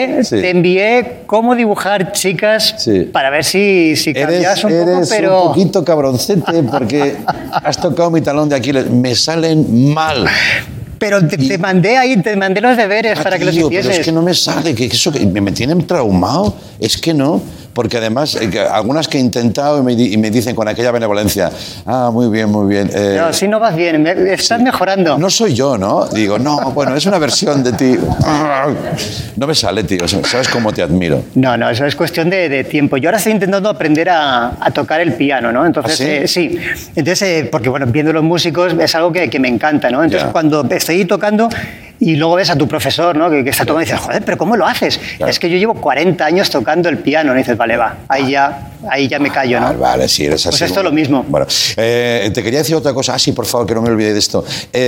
envié cómo dibujar chicas para ver si cambias un poco, pero... Eres un poquito cabroncete porque has tocado mi talón de Aquiles. Me salen mal. Pero te mandé los deberes para que los hicieses. Pero es que no me sale, que eso que me tienen traumado, es que no. Porque además, algunas que he intentado y me dicen con aquella benevolencia, muy bien. No, si no vas bien, estás mejorando. No soy yo, ¿no? Digo, no, bueno, es una versión de ti. No me sale, tío, ¿sabes cómo te admiro? No, eso es cuestión de tiempo. Yo ahora estoy intentando aprender a tocar el piano, ¿no? Entonces, sí. Entonces, porque bueno, viendo los músicos es algo que me encanta, ¿no? Entonces, cuando estoy tocando... Y luego ves a tu profesor, ¿no? que está tocando y dices, joder, ¿pero cómo lo haces? Claro. Es que yo llevo 40 años tocando el piano. Y dices, vale, va, ahí ya me callo, ¿no? Vale, sí, eres así. Pues esto es lo mismo. Bueno, te quería decir otra cosa. Sí, por favor, que no me olvide de esto.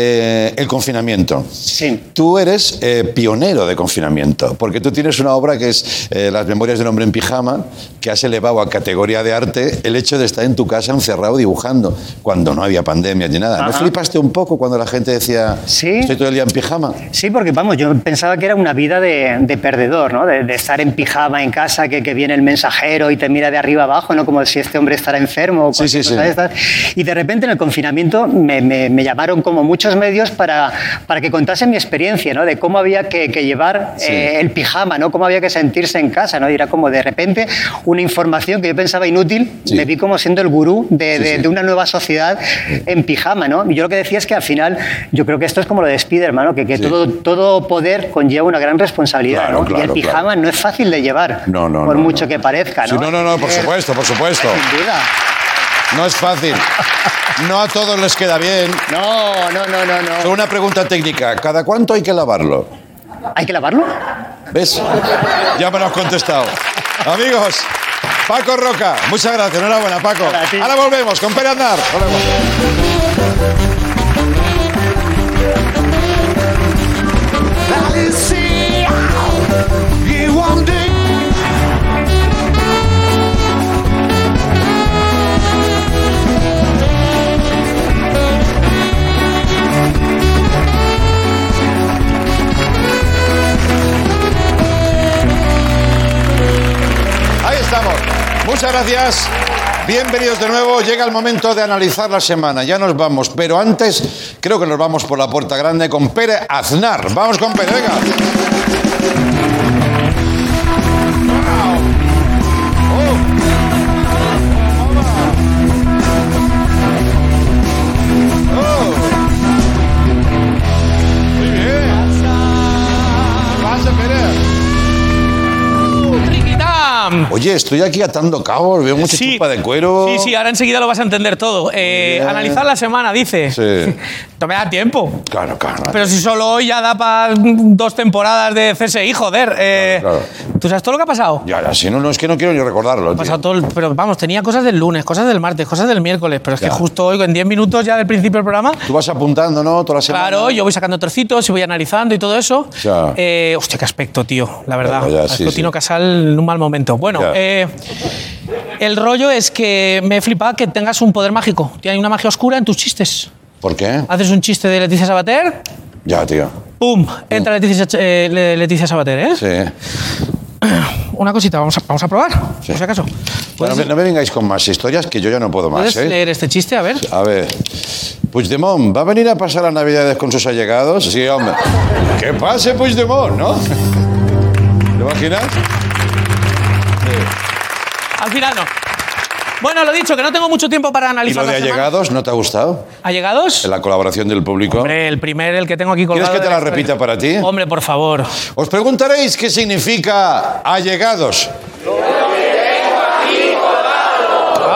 El confinamiento. Sí. Tú eres pionero de confinamiento, porque tú tienes una obra que es Las Memorias del Hombre en Pijama, que has elevado a categoría de arte el hecho de estar en tu casa encerrado dibujando, cuando no había pandemia ni nada. ¿No flipaste un poco cuando la gente decía, estoy todo el día en pijama? Sí, porque vamos, yo pensaba que era una vida de perdedor, ¿no? De estar en pijama en casa, que viene el mensajero y te mira de arriba abajo, ¿no? Como si este hombre estará enfermo o cualquier cosa de estas. Y de repente en el confinamiento me llamaron como muchos medios para que contase mi experiencia, ¿no? De cómo había que llevar el pijama, ¿no? Cómo había que sentirse en casa, ¿no? Y era como de repente una información que yo pensaba inútil, me vi como siendo el gurú de una nueva sociedad en pijama, ¿no? Y yo lo que decía es que al final, yo creo que esto es como lo de Spiderman, ¿no? Que todo poder conlleva una gran responsabilidad, ¿no? Y el pijama no es fácil de llevar, por mucho que parezca, ¿no? Sí, no, por supuesto. Sin duda. No es fácil. No a todos les queda bien. No. Solo una pregunta técnica. ¿Cada cuánto hay que lavarlo? ¿Hay que lavarlo? ¿Ves? Ya me lo has contestado. Amigos, Paco Roca, muchas gracias. Enhorabuena, Paco. Ahora volvemos con Pere Aznar. Ahí estamos. Muchas gracias. Bienvenidos de nuevo. Llega el momento de analizar la semana. Ya nos vamos, pero antes creo que nos vamos por la puerta grande con Pere Aznar. Vamos con Pere, venga. Oye, estoy aquí atando cabos, veo mucha chupa de cuero. Sí, ahora enseguida lo vas a entender todo. Analizar la semana, dice. Sí. No me da tiempo. Claro. Pero si solo hoy ya da para 2 temporadas de CSI, joder. Claro. ¿Tú sabes todo lo que ha pasado? Ya, si no, es que no quiero ni recordarlo. Ha pasado todo, pero vamos, tenía cosas del lunes, cosas del martes, cosas del miércoles, pero es que justo hoy, en 10 minutos ya del principio del programa... Tú vas apuntando, ¿no? Toda la semana. Claro, yo voy sacando trocitos y voy analizando y todo eso. Ya. Hostia, qué aspecto, tío, la verdad. Tino Casal en un mal momento. Bueno, el rollo es que me flipa que tengas un poder mágico. Hay una magia oscura en tus chistes. ¿Por qué? Haces un chiste de Leticia Sabater. Ya, tío. ¡Pum! Entra Leticia Sabater, ¿eh? Sí. Una cosita, vamos a probar, por si acaso. Bueno, no me vengáis con más historias, que yo ya no puedo más. ¿Puedes leer este chiste? A ver. A ver. Puigdemont, ¿va a venir a pasar las Navidades con sus allegados? Sí, hombre. ¡Que pase Puigdemont!, ¿no? ¿Te imaginas? Sí. Al final no. Bueno, lo dicho, que no tengo mucho tiempo para analizar. ¿Y lo de allegados no te ha gustado? ¿Allegados? En la colaboración del público. Hombre, el que tengo aquí colgado. ¿Quieres que te la repita para ti? Hombre, por favor. Os preguntaréis qué significa allegados.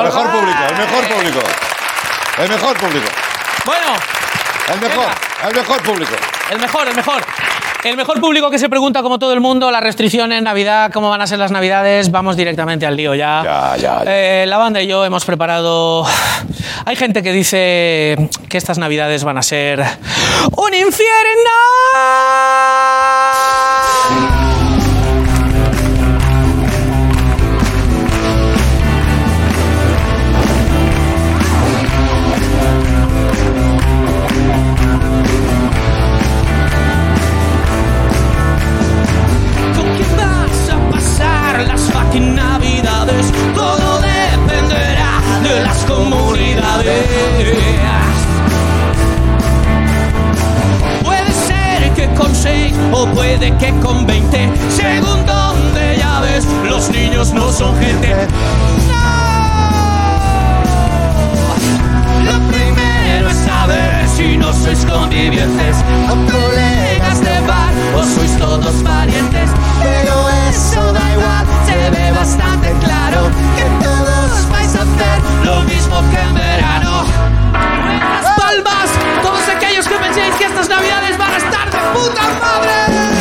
El mejor público, el mejor público. El mejor público. Bueno. El mejor público. El mejor. El mejor público que se pregunta, como todo el mundo, las restricciones, Navidad, cómo van a ser las Navidades. Vamos directamente al lío ya. Ya. La banda y yo hemos preparado... Hay gente que dice que estas Navidades van a ser un infierno. Las fucking Navidades, todo dependerá de las comunidades. Puede ser que con 6 o puede que con 20, según donde ya ves, los niños no son gente. No. Lo primero es saber si no sois convivientes o colegas de bar o sois todos parientes. Pero eso da igual, se ve bastante claro que todos vais a hacer lo mismo que en verano. Las palmas, todos aquellos que penséis que estas Navidades van a estar de puta madre.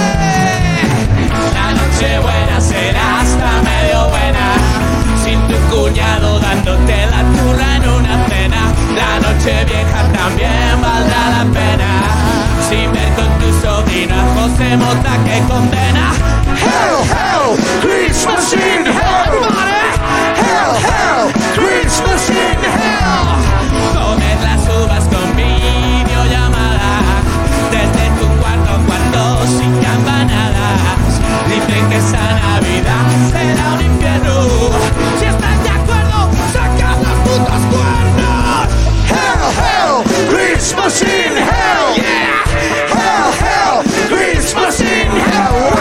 La noche buena será hasta medio buena, sin tu cuñado dándote la turra en una cena. La noche vieja también valdrá la pena, sin ver con tu sobrino a José Mota que condena. Hell, hell, Christmas in hell, hell, hell, Christmas in hell. Comed las uvas con videollamada, desde tu cuarto sin campanadas. Dicen que esa Navidad será un infierno. Si estás de acuerdo, saca las putas cuernos. Hell, hell, Christmas in hell, yeah. Hell, hell, Christmas in hell.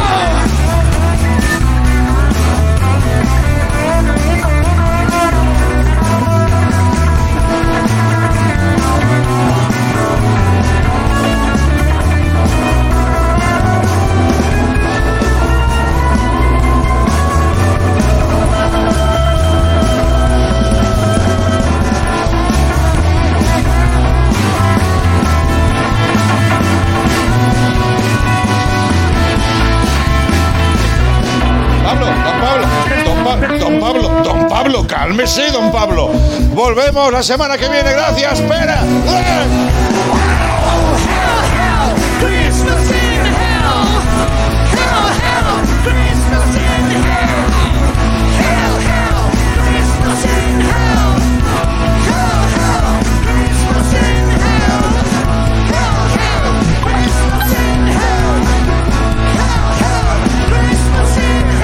Don Pablo, cálmese, don Pablo. Volvemos la semana que viene, gracias, espera.